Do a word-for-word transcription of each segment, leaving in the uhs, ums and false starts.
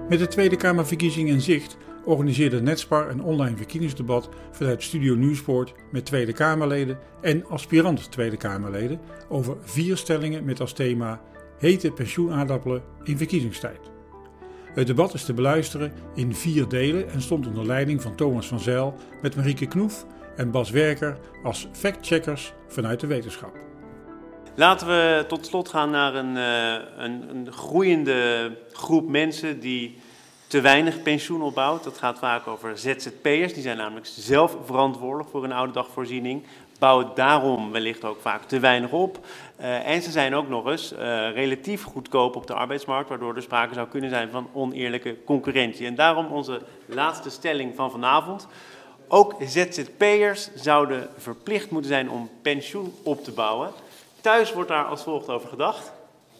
Met de Tweede Kamerverkiezing in zicht organiseerde Netspar een online verkiezingsdebat vanuit Studio Nieuwspoort met Tweede Kamerleden en aspirant Tweede Kamerleden over vier stellingen met als thema hete pensioenaardappelen in verkiezingstijd. Het debat is te beluisteren in vier delen en stond onder leiding van Thomas van Zijl met Marieke Knoef en Bas Werker als factcheckers vanuit de wetenschap. Laten we tot slot gaan naar een, uh, een, een groeiende groep mensen die te weinig pensioen opbouwt. Dat gaat vaak over Z Z P'ers, die zijn namelijk zelf verantwoordelijk voor een oude dagvoorziening. Bouwen daarom wellicht ook vaak te weinig op. Uh, en ze zijn ook nog eens uh, relatief goedkoop op de arbeidsmarkt, waardoor er sprake zou kunnen zijn van oneerlijke concurrentie. En daarom onze laatste stelling van vanavond. Ook Z Z P'ers zouden verplicht moeten zijn om pensioen op te bouwen. Thuis wordt daar als volgt over gedacht.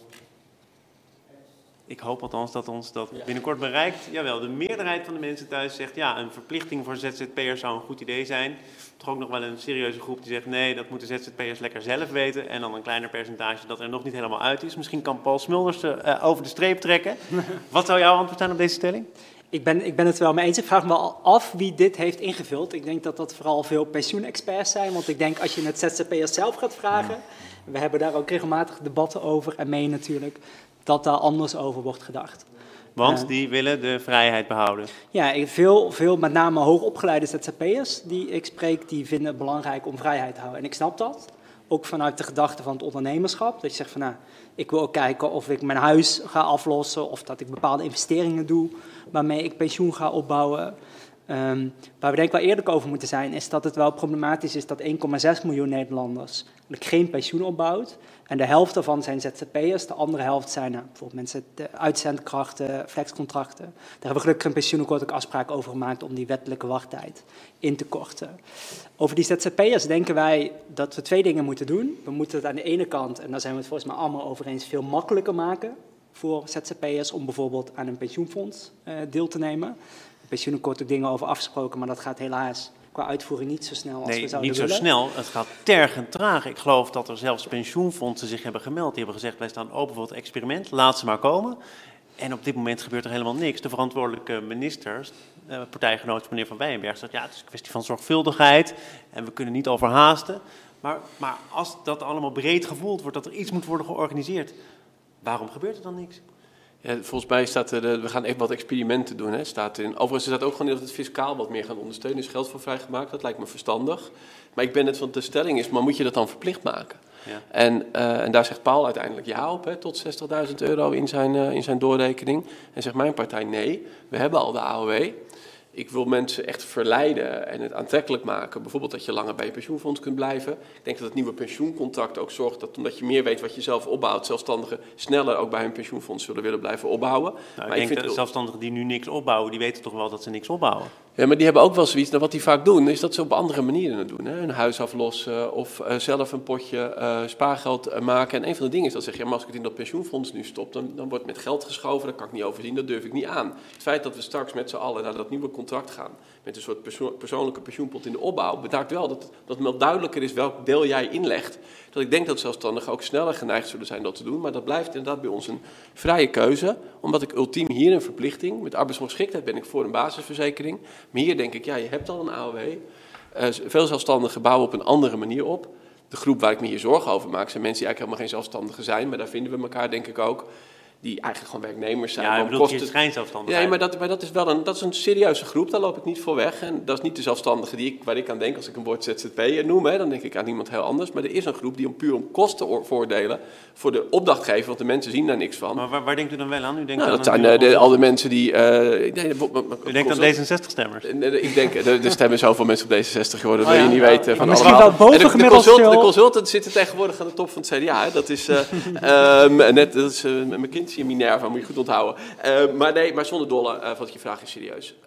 Ik hoop althans dat ons dat binnenkort bereikt. Jawel, de meerderheid van de mensen thuis zegt ja, een verplichting voor Z Z P'ers zou een goed idee zijn. Toch ook nog wel een serieuze groep die zegt nee, dat moeten Z Z P'ers lekker zelf weten. En dan een kleiner percentage dat er nog niet helemaal uit is. Misschien kan Paul Smulders uh, over de streep trekken. Wat zou jouw antwoord zijn op deze stelling? Ik ben, ik ben het wel mee eens. Ik vraag me wel af wie dit heeft ingevuld. Ik denk dat dat vooral veel pensioenexperts zijn. Want ik denk als je het Z Z P'ers zelf gaat vragen, we hebben daar ook regelmatig debatten over en mee natuurlijk, dat daar anders over wordt gedacht. Want die willen de vrijheid behouden. Ja, veel, veel met name hoogopgeleide Z Z P'ers die ik spreek, die vinden het belangrijk om vrijheid te houden. En ik snap dat. Ook vanuit de gedachte van het ondernemerschap. Dat je zegt van nou, ik wil ook kijken of ik mijn huis ga aflossen of dat ik bepaalde investeringen doe waarmee ik pensioen ga opbouwen. Um, waar we denk ik wel eerlijk over moeten zijn, is dat het wel problematisch is dat één komma zes miljoen Nederlanders geen pensioen opbouwt. En de helft daarvan zijn Z Z P'ers, de andere helft zijn uh, bijvoorbeeld mensen, de uitzendkrachten, flexcontracten. Daar hebben we gelukkig een pensioenakkoord ook afspraken over gemaakt om die wettelijke wachttijd in te korten. Over die Z Z P'ers denken wij dat we twee dingen moeten doen. We moeten het aan de ene kant, en daar zijn we het volgens mij allemaal over eens, veel makkelijker maken voor Z Z P'ers om bijvoorbeeld aan een pensioenfonds uh, deel te nemen. Het pensioenakkoord ook dingen over afgesproken, maar dat gaat helaas qua uitvoering niet zo snel als nee, we zouden willen. willen. Nee, niet zo snel. Het gaat tergend traag. Ik geloof dat er zelfs pensioenfondsen zich hebben gemeld. Die hebben gezegd, wij staan open voor het experiment. Laat ze maar komen. En op dit moment gebeurt er helemaal niks. De verantwoordelijke minister, eh, partijgenoot meneer Van Bijenberg, zegt ja, het is een kwestie van zorgvuldigheid en we kunnen niet overhaasten. Maar, maar als dat allemaal breed gevoeld wordt, dat er iets moet worden georganiseerd, waarom gebeurt er dan niks? Ja, volgens mij staat er, we gaan echt wat experimenten doen. Hè, staat in. Overigens staat ook gewoon in dat het fiscaal wat meer gaan ondersteunen. Is geld voor vrijgemaakt, dat lijkt me verstandig. Maar ik ben het van de stelling is, maar moet je dat dan verplicht maken? Ja. En, uh, en daar zegt Paul uiteindelijk ja op, hè, tot zestigduizend euro in zijn, uh, in zijn doorrekening. En zegt mijn partij nee, we hebben al de A O W. Ik wil mensen echt verleiden en het aantrekkelijk maken. Bijvoorbeeld dat je langer bij je pensioenfonds kunt blijven. Ik denk dat het nieuwe pensioencontract ook zorgt dat, omdat je meer weet wat je zelf opbouwt, zelfstandigen sneller ook bij hun pensioenfonds zullen willen blijven opbouwen. Nou, maar ik ik denk vind dat zelfstandigen die nu niks opbouwen, die weten toch wel dat ze niks opbouwen. Ja, maar die hebben ook wel zoiets. Nou, wat die vaak doen, is dat ze op andere manieren het doen. Hè? Een huis aflossen of uh, zelf een potje uh, spaargeld uh, maken. En een van de dingen is dat zeg je, ja, maar als ik het in dat pensioenfonds nu stop, dan, dan wordt met geld geschoven. Dat kan ik niet overzien, dat durf ik niet aan. Het feit dat we straks met z'n allen naar dat nieuwe contract gaan, met een soort perso- persoonlijke pensioenpot in de opbouw, betekent wel dat, dat het wel duidelijker is welk deel jij inlegt. Dat ik denk dat zelfstandigen ook sneller geneigd zullen zijn dat te doen. Maar dat blijft inderdaad bij ons een vrije keuze. Omdat ik ultiem hier een verplichting, met arbeidsongeschiktheid ben ik voor een basisverzekering. Maar hier denk ik, ja, je hebt al een A O W. Uh, veel zelfstandigen bouwen op een andere manier op. De groep waar ik me hier zorgen over maak zijn mensen die eigenlijk helemaal geen zelfstandigen zijn. Maar daar vinden we elkaar denk ik ook. Die eigenlijk gewoon werknemers zijn. Ja, ik bedoel, kosten... je schijnzelfstandig. Nee, maar, dat, maar dat is wel een, dat is een serieuze groep, daar loop ik niet voor weg. En dat is niet de zelfstandige die ik, waar ik aan denk als ik een woord Z Z P'er noem. Hè, dan denk ik aan iemand heel anders. Maar er is een groep die om puur om kosten voordelen voor de opdrachtgever, want de mensen zien daar niks van. Maar waar, waar denkt u dan wel aan? U denkt nou, aan dat zijn de, de, al de mensen die... Uh, nee, u denkt aan D zesenzestig-stemmers? Ik denk, er de stemmen zoveel mensen op D zesenzestig geworden, dat oh, wil je ja, niet weten. ja, Van misschien allemaal. wel boven de, gemiddeld de, consult, veel. de consultants zitten tegenwoordig aan de top van het C D A. Hè. Dat is, uh, um, net, dat is uh, McKinsey en Minerva, moet je goed onthouden. Uh, maar nee, maar zonder dolle, uh, wat je vraag is serieus. Uh,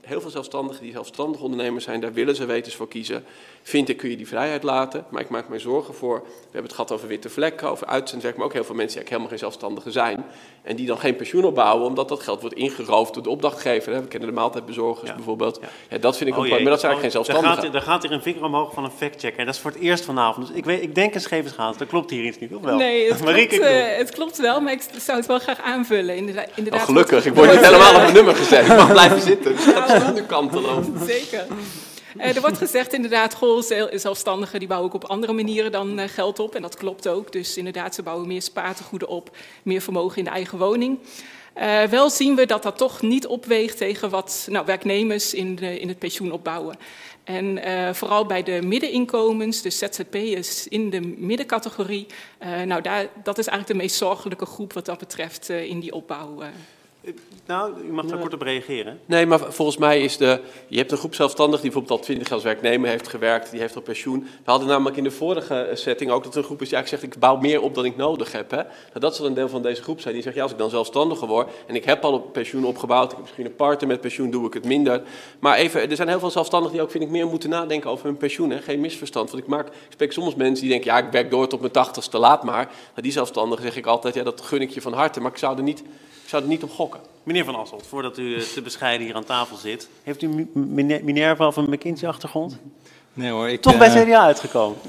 heel veel zelfstandigen die zelfstandig ondernemers zijn, daar willen ze wetens voor kiezen. Vind ik, kun je die vrijheid laten, maar ik maak mij zorgen voor, we hebben het gehad over witte vlekken, over uitzendwerk, maar ook heel veel mensen die eigenlijk helemaal geen zelfstandigen zijn. En die dan geen pensioen opbouwen, omdat dat geld wordt ingeroofd door de opdrachtgever. Hè. We kennen de maaltijdbezorgers ja. bijvoorbeeld. Ja. Ja, dat vind ik oh, ook, maar dat zijn eigenlijk oh, geen zelfstandigen. Daar gaat, daar gaat hier een vinger omhoog van een factchecker. En dat is voor het eerst vanavond. Dus ik, weet, ik denk een scheve schaal. Dat klopt hier iets niet, of wel? Nee, het, klopt, uh, het klopt wel, maar ik zou het wel graag aanvullen. Inderdaad, inderdaad oh, gelukkig, ik word niet helemaal op mijn nummer gezet. Ik mag blijven zitten. Dus gaat de onderkant lopen. Zeker. Uh, er wordt gezegd inderdaad, goh, zelfstandigen die bouwen ook op andere manieren dan uh, geld op. En dat klopt ook. Dus inderdaad, ze bouwen meer spaartegoeden op, meer vermogen in de eigen woning. Uh, wel zien we dat dat toch niet opweegt tegen wat nou, werknemers in, de, in het pensioen opbouwen. En uh, vooral bij de middeninkomens, de Z Z P'ers in de middencategorie, uh, nou, daar, dat is eigenlijk de meest zorgelijke groep wat dat betreft uh, in die opbouw. Uh. Nou, u mag daar ja. kort op reageren. Nee, maar volgens mij is de... Je hebt een groep zelfstandigen die bijvoorbeeld al twintig jaar als werknemer heeft gewerkt. Die heeft al pensioen. We hadden namelijk in de vorige setting ook dat er een groep is die eigenlijk zegt, ik bouw meer op dan ik nodig heb. Hè? Nou, dat zal een deel van deze groep zijn. Die zegt, ja, als ik dan zelfstandiger word en ik heb al een pensioen opgebouwd, ik heb misschien een partner met pensioen, doe ik het minder. Maar even, er zijn heel veel zelfstandigen die ook, vind ik, meer moeten nadenken over hun pensioen. Hè? Geen misverstand. Want ik, maak, ik spreek soms mensen die denken, ja, ik werk door tot mijn tachtigste, laat maar. Nou, die zelfstandigen zeg ik altijd, ja, dat gun ik je van harte. Maar ik zou er niet, ik zou er niet op gokken. Meneer Van Asselt, voordat u te bescheiden hier aan tafel zit, heeft u Minerva of een McKinsey-achtergrond? Nee hoor. Ik, Toch bij het C D A uitgekomen?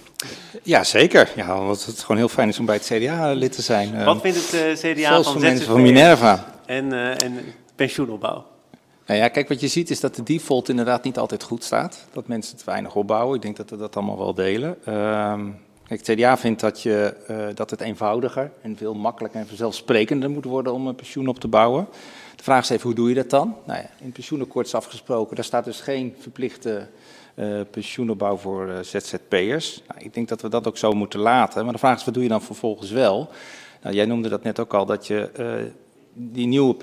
Ja, zeker. Ja, omdat het gewoon heel fijn is om bij het C D A lid te zijn. Wat vindt het uh, C D A Zelfs van voor mensen van Minerva? En, uh, en pensioenopbouw? Nou ja, kijk, wat je ziet is dat de default inderdaad niet altijd goed staat. Dat mensen te weinig opbouwen. Ik denk dat we dat allemaal wel delen. Uh, Kijk, het C D A vindt dat, je, uh, dat het eenvoudiger en veel makkelijker en vanzelfsprekender moet worden om een pensioen op te bouwen. De vraag is even, hoe doe je dat dan? Nou ja, in het pensioenakkoord is afgesproken, daar staat dus geen verplichte uh, pensioenopbouw voor uh, Z Z P'ers. Nou, ik denk dat we dat ook zo moeten laten. Maar de vraag is, wat doe je dan vervolgens wel? Nou, jij noemde dat net ook al, dat je uh, die nieuwe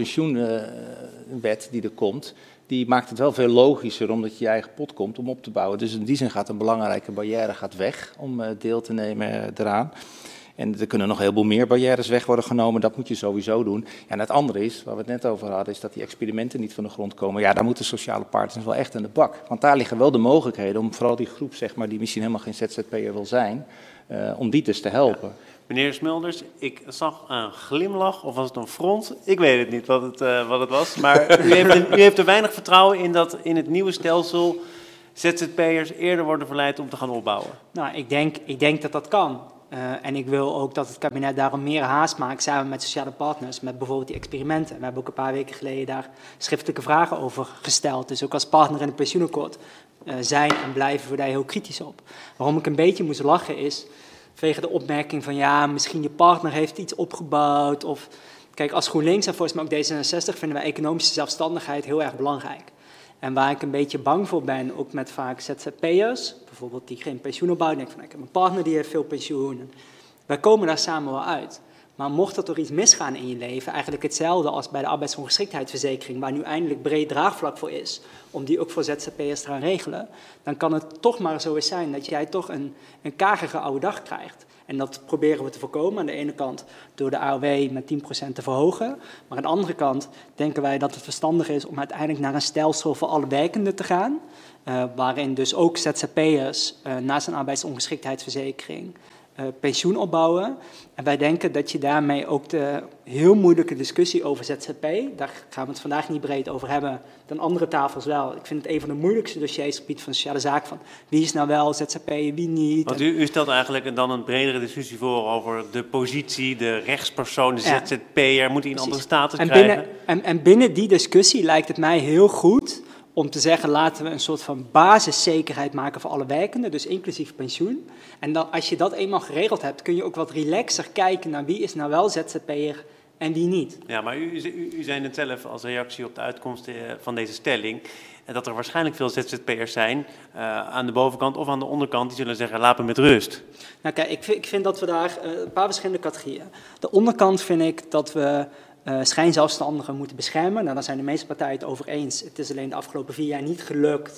pensioenwet uh, die er komt, die maakt het wel veel logischer omdat je je eigen pot komt om op te bouwen. Dus in die zin gaat een belangrijke barrière gaat weg om uh, deel te nemen uh, eraan. En er kunnen nog een heleboel meer barrières weg worden genomen. Dat moet je sowieso doen. Ja, en het andere is, waar we het net over hadden, is dat die experimenten niet van de grond komen. Ja, daar moeten sociale partners wel echt aan de bak. Want daar liggen wel de mogelijkheden om vooral die groep, zeg maar, die misschien helemaal geen Z Z P'er wil zijn, uh, om die dus te helpen. Ja. Meneer Smulders, ik zag een glimlach, of was het een front? Ik weet het niet wat het, uh, wat het was. Maar u heeft, er, u heeft er weinig vertrouwen in dat in het nieuwe stelsel Z Z P'ers eerder worden verleid om te gaan opbouwen. Nou, ik denk, ik denk dat dat kan. Uh, en ik wil ook dat het kabinet daarom meer haast maakt samen met sociale partners, met bijvoorbeeld die experimenten. We hebben ook een paar weken geleden daar schriftelijke vragen over gesteld. Dus ook als partner in het pensioenakkoord uh, zijn en blijven we daar heel kritisch op. Waarom ik een beetje moest lachen is vanwege de opmerking van ja, misschien je partner heeft iets opgebouwd. Of kijk, als GroenLinks en volgens mij ook D zesenzestig vinden wij economische zelfstandigheid heel erg belangrijk. En waar ik een beetje bang voor ben, ook met vaak Z Z P'ers, bijvoorbeeld die geen pensioen opbouwen, denk van ik heb een partner die heeft veel pensioen. Wij komen daar samen wel uit. Maar mocht er toch iets misgaan in je leven, eigenlijk hetzelfde als bij de arbeidsongeschiktheidsverzekering, waar nu eindelijk breed draagvlak voor is, om die ook voor Z Z P'ers te gaan regelen, dan kan het toch maar zo eens zijn dat jij toch een, een karige oude dag krijgt. En dat proberen we te voorkomen. Aan de ene kant door de A O W met tien procent te verhogen. Maar aan de andere kant denken wij dat het verstandig is om uiteindelijk naar een stelsel voor alle werkenden te gaan. Uh, waarin dus ook Z Z P'ers uh, naast een arbeidsongeschiktheidsverzekering uh, pensioen opbouwen. En wij denken dat je daarmee ook de heel moeilijke discussie over Z Z P, daar gaan we het vandaag niet breed over hebben, dan andere tafels wel. Ik vind het een van de moeilijkste dossiers op het gebied van sociale zaken, van wie is nou wel Z Z P, wie niet. Want u, u stelt eigenlijk dan een bredere discussie voor over de positie, de rechtspersoon, de ja. Z Z P'er, moet hij een andere status en krijgen? Binnen, en, en binnen die discussie lijkt het mij heel goed om te zeggen, laten we een soort van basiszekerheid maken voor alle werkenden, dus inclusief pensioen. En dan, als je dat eenmaal geregeld hebt, kun je ook wat relaxer kijken naar wie is nou wel Z Z P'er en wie niet. Ja, maar u, u, u zei net zelf als reactie op de uitkomst van deze stelling, dat er waarschijnlijk veel Z Z P'ers zijn uh, aan de bovenkant of aan de onderkant die zullen zeggen, laat me met rust. Nou kijk, ik vind, ik vind dat we daar uh, een paar verschillende categorieën. De onderkant vind ik dat we Uh, schijnzelfstandigen moeten beschermen. Nou, daar zijn de meeste partijen het over eens. Het is alleen de afgelopen vier jaar niet gelukt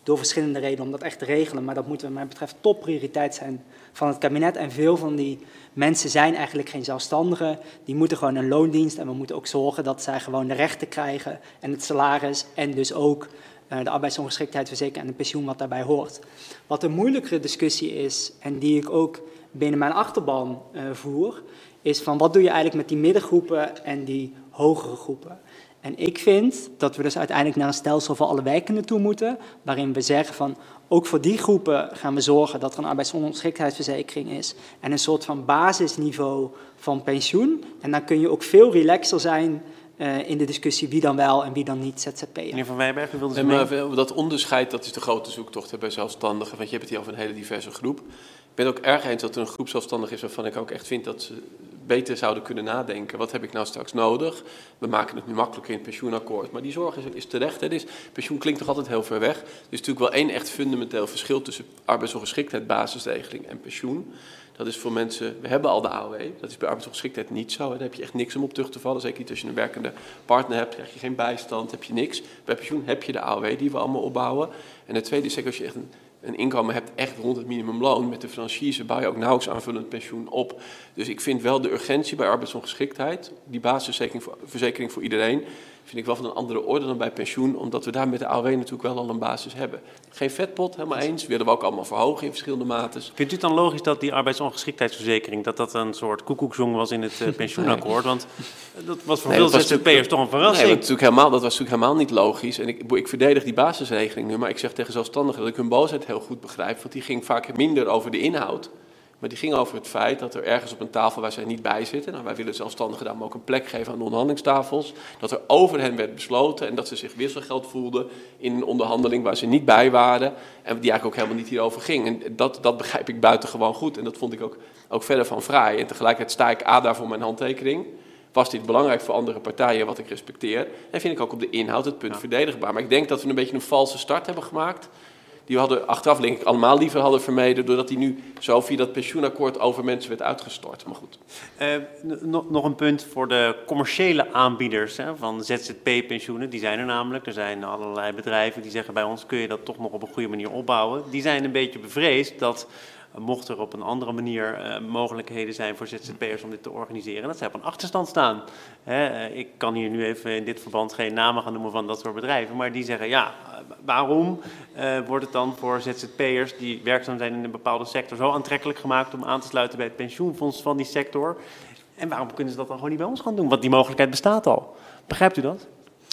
door verschillende redenen om dat echt te regelen. Maar dat moet wat mij betreft topprioriteit zijn van het kabinet. En veel van die mensen zijn eigenlijk geen zelfstandigen. Die moeten gewoon een loondienst. En we moeten ook zorgen dat zij gewoon de rechten krijgen en het salaris. En dus ook uh, de arbeidsongeschiktheidsverzekering en het pensioen wat daarbij hoort. Wat een moeilijkere discussie is, en die ik ook binnen mijn achterban uh, voer, is van wat doe je eigenlijk met die middengroepen en die hogere groepen. En ik vind dat we dus uiteindelijk naar een stelsel voor alle wijken toe moeten, waarin we zeggen van, ook voor die groepen gaan we zorgen dat er een arbeidsongeschiktheidsverzekering is en een soort van basisniveau van pensioen. En dan kun je ook veel relaxer zijn uh, in de discussie wie dan wel en wie dan niet Z Z P'er. Meneer Van Wijberg, u wilde ze en mee? maar dat onderscheid, dat is de grote zoektocht hè, bij zelfstandigen, want je hebt het hier over een hele diverse groep. Ik ben ook erg eens dat er een groep zelfstandig is waarvan ik ook echt vind dat ze beter zouden kunnen nadenken. Wat heb ik nou straks nodig? We maken het nu makkelijker in het pensioenakkoord. Maar die zorg is, is terecht. Hè. Dus pensioen klinkt toch altijd heel ver weg. Er is natuurlijk wel één echt fundamenteel verschil tussen arbeidsongeschiktheid, basisregeling en pensioen. Dat is voor mensen, we hebben al de A O W. Dat is bij arbeidsongeschiktheid niet zo. Hè. Daar heb je echt niks om op terug te vallen. Zeker niet als je een werkende partner hebt, krijg je geen bijstand, heb je niks. Bij pensioen heb je de A O W die we allemaal opbouwen. En het tweede is, zeker als je echt een een inkomen hebt echt rond het minimumloon, met de franchise bouw je ook nauwelijks aanvullend pensioen op. Dus ik vind wel de urgentie bij arbeidsongeschiktheid, die basisverzekering voor, verzekering voor iedereen, vind ik wel van een andere orde dan bij pensioen, omdat we daar met de A O W natuurlijk wel al een basis hebben. Geen vetpot, helemaal eens, willen we ook allemaal verhogen in verschillende mates. Vindt u het dan logisch dat die arbeidsongeschiktheidsverzekering, dat dat een soort koekoekzong was in het uh, pensioenakkoord? Want dat was voor nee, veel Z Z P'ers toch een verrassing. Nee, dat, natuurlijk helemaal, dat was natuurlijk helemaal niet logisch. En ik, ik verdedig die basisregeling nu, maar ik zeg tegen zelfstandigen dat ik hun boosheid heel goed begrijp, want die ging vaak minder over de inhoud. Maar die ging over het feit dat er ergens op een tafel waar zij niet bij zitten, nou, wij willen zelfstandigen daarom ook een plek geven aan de onderhandelingstafels, dat er over hen werd besloten en dat ze zich wisselgeld voelden in een onderhandeling waar ze niet bij waren en die eigenlijk ook helemaal niet hierover ging. En dat, dat begrijp ik buitengewoon goed en dat vond ik ook, ook verder van fraai. En tegelijkertijd sta ik A daar voor mijn handtekening. Was dit belangrijk voor andere partijen, wat ik respecteer. En vind ik ook op de inhoud het punt ja. verdedigbaar. Maar ik denk dat we een beetje een valse start hebben gemaakt. Die we hadden achteraf, denk ik, allemaal liever hadden vermeden, doordat die nu zo via dat pensioenakkoord over mensen werd uitgestort. Maar goed. Uh, nog, nog een punt voor de commerciële aanbieders hè, van Z Z P-pensioenen. Die zijn er namelijk. Er zijn allerlei bedrijven die zeggen bij ons kun je dat toch nog op een goede manier opbouwen. Die zijn een beetje bevreesd dat, mocht er op een andere manier uh, mogelijkheden zijn voor Z Z P'ers om dit te organiseren, dat zij op een achterstand staan. Hè, uh, ik kan hier nu even in dit verband geen namen gaan noemen van dat soort bedrijven, maar die zeggen ja, uh, waarom uh, wordt het dan voor Z Z P'ers die werkzaam zijn in een bepaalde sector zo aantrekkelijk gemaakt om aan te sluiten bij het pensioenfonds van die sector? En waarom kunnen ze dat dan gewoon niet bij ons gaan doen? Want die mogelijkheid bestaat al. Begrijpt u dat?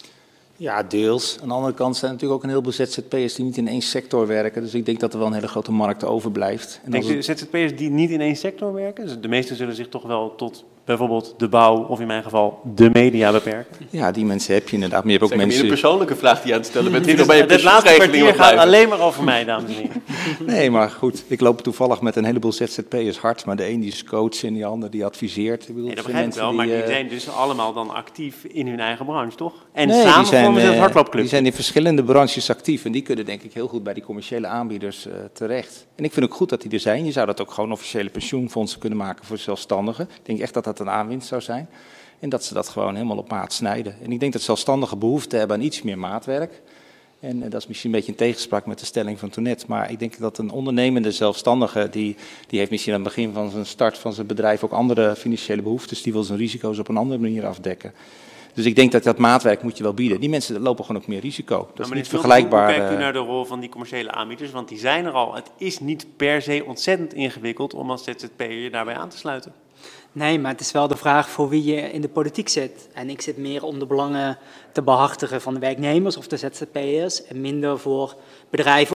Ja, deels. Aan de andere kant zijn er natuurlijk ook een heleboel Z Z P'ers die niet in één sector werken. Dus ik denk dat er wel een hele grote markt overblijft. En Denkt u Z Z P'ers die niet in één sector werken? Dus de meesten zullen zich toch wel tot bijvoorbeeld de bouw of in mijn geval de media beperken? Ja, die mensen heb je inderdaad. Maar je hebt ook zeg, mensen... een persoonlijke vraag die je aan het stellen bent. Dit, dit, dit laatste kwartier gaat alleen maar over mij, dames en heren. Nee, maar goed. Ik loop toevallig met een heleboel Z Z P'ers hard. Maar de een die is coach en die ander die adviseert. Ik bedoel, nee, dat begrijp ik wel, die, maar die uh... zijn dus allemaal dan actief in hun eigen branche, toch? En nee, samen zijn, vormen ze het uh, hardloopclub. Die zijn in verschillende branches actief. En die kunnen denk ik heel goed bij die commerciële aanbieders uh, terecht. En ik vind ook goed dat die er zijn. Je zou dat ook gewoon officiële pensioenfondsen kunnen maken voor zelfstandigen. Ik denk echt dat dat een aanwinst zou zijn. En dat ze dat gewoon helemaal op maat snijden. En ik denk dat zelfstandigen behoefte hebben aan iets meer maatwerk. En uh, dat is misschien een beetje in tegenspraak met de stelling van toen net. Maar ik denk dat een ondernemende zelfstandige, die, die heeft misschien aan het begin van zijn start van zijn bedrijf ook andere financiële behoeftes. Die wil zijn risico's op een andere manier afdekken. Dus ik denk dat dat maatwerk moet je wel bieden. Die mensen lopen gewoon ook meer risico. Dat is niet vergelijkbaar. Hoe kijkt u naar de rol van die commerciële aanbieders? Want die zijn er al. Het is niet per se ontzettend ingewikkeld om als Z Z P'er je daarbij aan te sluiten. Nee, maar het is wel de vraag voor wie je in de politiek zit. En ik zit meer om de belangen te behartigen van de werknemers of de Z Z P'ers en minder voor bedrijven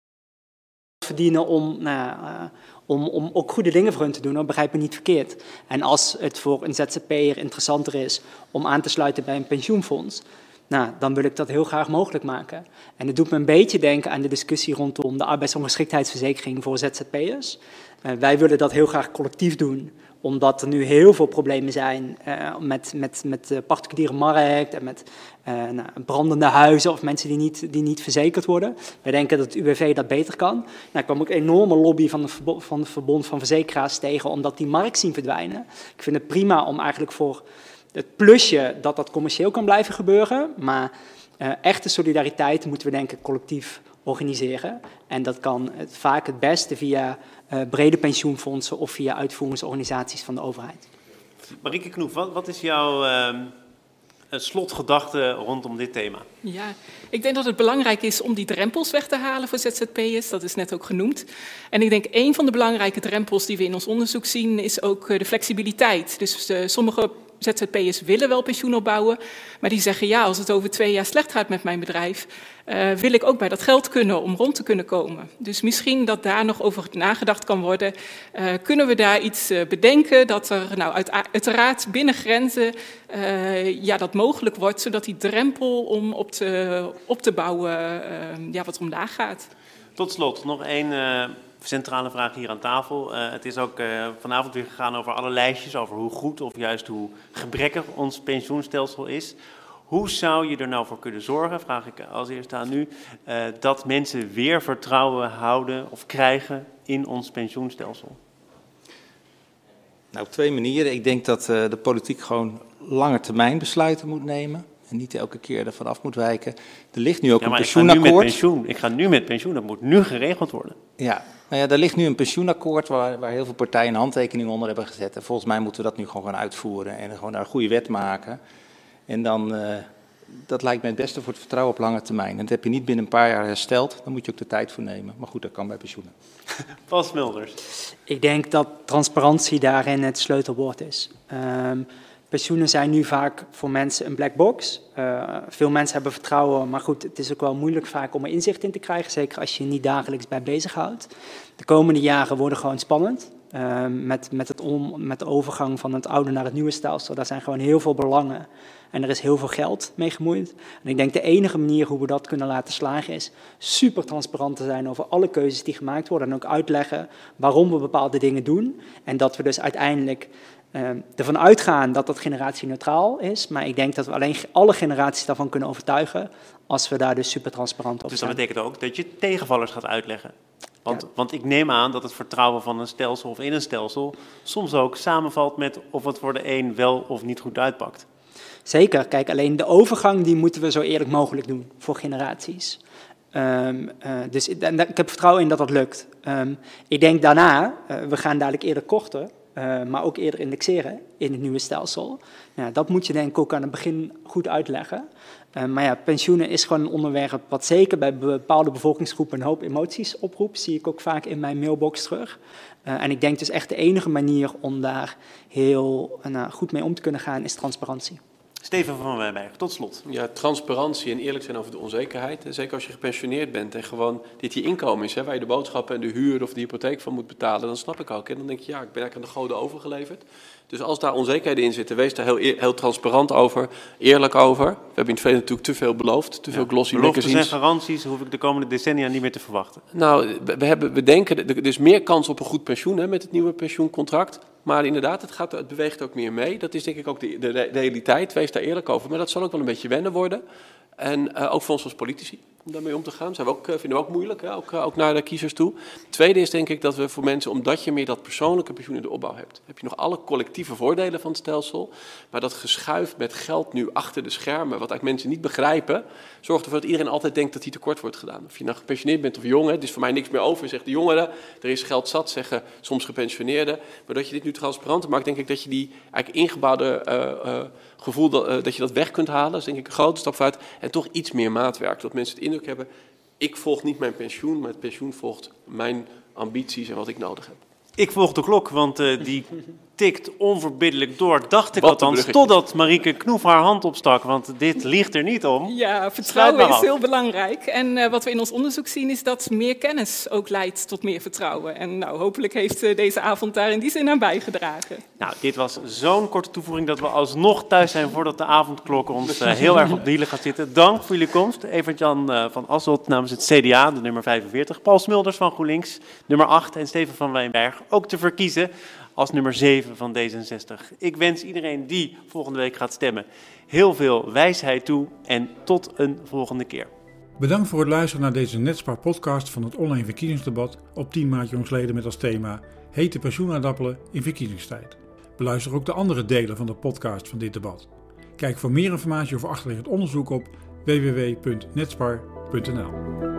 verdienen om, nou, uh, om, om ook goede dingen voor hun te doen. Dat begrijp ik niet verkeerd. En als het voor een Z Z P'er interessanter is om aan te sluiten bij een pensioenfonds, nou, dan wil ik dat heel graag mogelijk maken. En het doet me een beetje denken aan de discussie rondom de arbeidsongeschiktheidsverzekering voor Z Z P'ers. Uh, wij willen dat heel graag collectief doen, omdat er nu heel veel problemen zijn uh, met, met, met de particuliere markt en met uh, nou, brandende huizen of mensen die niet, die niet verzekerd worden. Wij denken dat het U W V dat beter kan. Nou, er kwam ook een enorme lobby van, de verbond, van het Verbond van Verzekeraars tegen, omdat die markt zien verdwijnen. Ik vind het prima om eigenlijk voor het plusje dat dat commercieel kan blijven gebeuren, maar uh, echte solidariteit moeten we denk ik collectief organiseren. En dat kan het vaak het beste via uh, brede pensioenfondsen of via uitvoeringsorganisaties van de overheid. Marieke Knoef, wat, wat is jouw uh, slotgedachte rondom dit thema? Ja, ik denk dat het belangrijk is om die drempels weg te halen voor Z Z P'ers. Dat is net ook genoemd. En ik denk een van de belangrijke drempels die we in ons onderzoek zien is ook de flexibiliteit. Dus uh, sommige Z Z P'ers willen wel pensioen opbouwen, maar die zeggen ja, als het over twee jaar slecht gaat met mijn bedrijf, uh, wil ik ook bij dat geld kunnen om rond te kunnen komen. Dus misschien dat daar nog over nagedacht kan worden. Uh, kunnen we daar iets uh, bedenken dat er nou uit, uiteraard binnen grenzen uh, ja, dat mogelijk wordt, zodat die drempel om op te, op te bouwen uh, ja, wat omlaag gaat. Tot slot nog één uh, centrale vraag hier aan tafel. Uh, het is ook uh, vanavond weer gegaan over alle lijstjes, over hoe goed of juist hoe gebrekkig ons pensioenstelsel is. Hoe zou je er nou voor kunnen zorgen, vraag ik als eerste aan u, uh, dat mensen weer vertrouwen houden of krijgen in ons pensioenstelsel? Nou, op twee manieren. Ik denk dat uh, de politiek gewoon lange termijn besluiten moet nemen. En niet elke keer ervan af moet wijken. Er ligt nu ook ja, een pensioenakkoord. Ik ga nu, met pensioen. ik ga nu met pensioen, dat moet nu geregeld worden. Ja, nou ja, er ligt nu een pensioenakkoord waar, waar heel veel partijen een handtekening onder hebben gezet. En volgens mij moeten we dat nu gewoon gaan uitvoeren en gewoon een goede wet maken. En dan, uh, dat lijkt mij het beste voor het vertrouwen op lange termijn. En dat heb je niet binnen een paar jaar hersteld, dan moet je ook de tijd voor nemen. Maar goed, dat kan bij pensioenen. Paul Smulders. Ik denk dat transparantie daarin het sleutelwoord is. Um, Pensioenen zijn nu vaak voor mensen een black box. Uh, veel mensen hebben vertrouwen, maar goed, het is ook wel moeilijk vaak om er inzicht in te krijgen. Zeker als je je niet dagelijks bij bezighoudt. De komende jaren worden gewoon spannend. Uh, met, met, het om, met de overgang van het oude naar het nieuwe stelsel. Daar zijn gewoon heel veel belangen. En er is heel veel geld mee gemoeid. En ik denk de enige manier hoe we dat kunnen laten slagen is super transparant te zijn over alle keuzes die gemaakt worden. En ook uitleggen waarom we bepaalde dingen doen. En dat we dus uiteindelijk Uh, ervan uitgaan dat dat generatieneutraal is. Maar ik denk dat we alleen alle generaties daarvan kunnen overtuigen als we daar dus super transparant over zijn. zijn. Dus dat betekent ook dat je tegenvallers gaat uitleggen. Want, ja. want ik neem aan dat het vertrouwen van een stelsel of in een stelsel soms ook samenvalt met of het voor de een wel of niet goed uitpakt. Zeker. Kijk, alleen de overgang die moeten we zo eerlijk mogelijk doen voor generaties. Um, uh, dus ik, ik heb vertrouwen in dat dat lukt. Um, ik denk daarna, uh, we gaan dadelijk eerder korten. Uh, maar ook eerder indexeren in het nieuwe stelsel. Nou, dat moet je denk ik ook aan het begin goed uitleggen. Uh, maar ja, pensioenen is gewoon een onderwerp wat zeker bij bepaalde bevolkingsgroepen een hoop emoties oproept. Zie ik ook vaak in mijn mailbox terug. Uh, en ik denk dus echt de enige manier om daar heel uh, goed mee om te kunnen gaan is transparantie. Steven van Wijnberg, tot slot. Ja, transparantie en eerlijk zijn over de onzekerheid. En zeker als je gepensioneerd bent en gewoon dit je inkomen is, hè, waar je de boodschappen en de huur of de hypotheek van moet betalen, dan snap ik ook. En dan denk je, ja, ik ben eigenlijk aan de goden overgeleverd. Dus als daar onzekerheden in zitten, wees daar heel, heel transparant over, eerlijk over. We hebben in het verleden natuurlijk te veel beloofd, te veel ja, glossy magazines. Beloftes en garanties hoef ik de komende decennia niet meer te verwachten. Nou, we, hebben, we denken, er is meer kans op een goed pensioen hè, met het nieuwe pensioencontract. Maar inderdaad, het, gaat, het beweegt ook meer mee. Dat is denk ik ook de, de, de realiteit, wees daar eerlijk over. Maar dat zal ook wel een beetje wennen worden. En uh, ook voor ons als politici, om daarmee om te gaan. Zijn we ook, vinden we ook moeilijk, hè? Ook, uh, ook naar de kiezers toe. Tweede is denk ik dat we voor mensen, omdat je meer dat persoonlijke pensioen in de opbouw hebt, heb je nog alle collectieve voordelen van het stelsel. Maar dat geschuif met geld nu achter de schermen, wat eigenlijk mensen niet begrijpen, zorgt ervoor dat iedereen altijd denkt dat hij tekort wordt gedaan. Of je nou gepensioneerd bent of jong, het is voor mij niks meer over, zegt de jongeren. Er is geld zat, zeggen soms gepensioneerden. Maar dat je dit nu transparanter maakt, denk ik dat je die eigenlijk ingebouwde uh, uh, gevoel dat, uh, dat je dat weg kunt halen. Dat is denk ik een grote stap vooruit. En toch iets meer maatwerk. Dat mensen het indruk hebben, ik volg niet mijn pensioen, maar het pensioen volgt mijn ambities en wat ik nodig heb. Ik volg de klok, want uh, die tikt onverbiddelijk door, dacht ik althans, totdat Marieke Knoef haar hand opstak, want dit ligt er niet om. Ja, vertrouwen is heel belangrijk. En uh, wat we in ons onderzoek zien is dat meer kennis ook leidt tot meer vertrouwen. En nou, hopelijk heeft uh, deze avond daar in die zin aan bijgedragen. Nou, dit was zo'n korte toevoeging dat we alsnog thuis zijn voordat de avondklok ons uh, heel erg op de hielen gaat zitten. Dank voor jullie komst. Evert-Jan uh, van Asselt namens het C D A, de nummer vijfenveertig. Paul Smulders van GroenLinks, nummer acht. En Steven van Wijnberg, ook te verkiezen als nummer zeven van D zesenzestig. Ik wens iedereen die volgende week gaat stemmen heel veel wijsheid toe en tot een volgende keer. Bedankt voor het luisteren naar deze Netspar-podcast van het online verkiezingsdebat op tien maart jongsleden met als thema hete pensioenaardappelen in verkiezingstijd. Beluister ook de andere delen van de podcast van dit debat. Kijk voor meer informatie over achterliggend onderzoek op w w w punt netspar punt n l.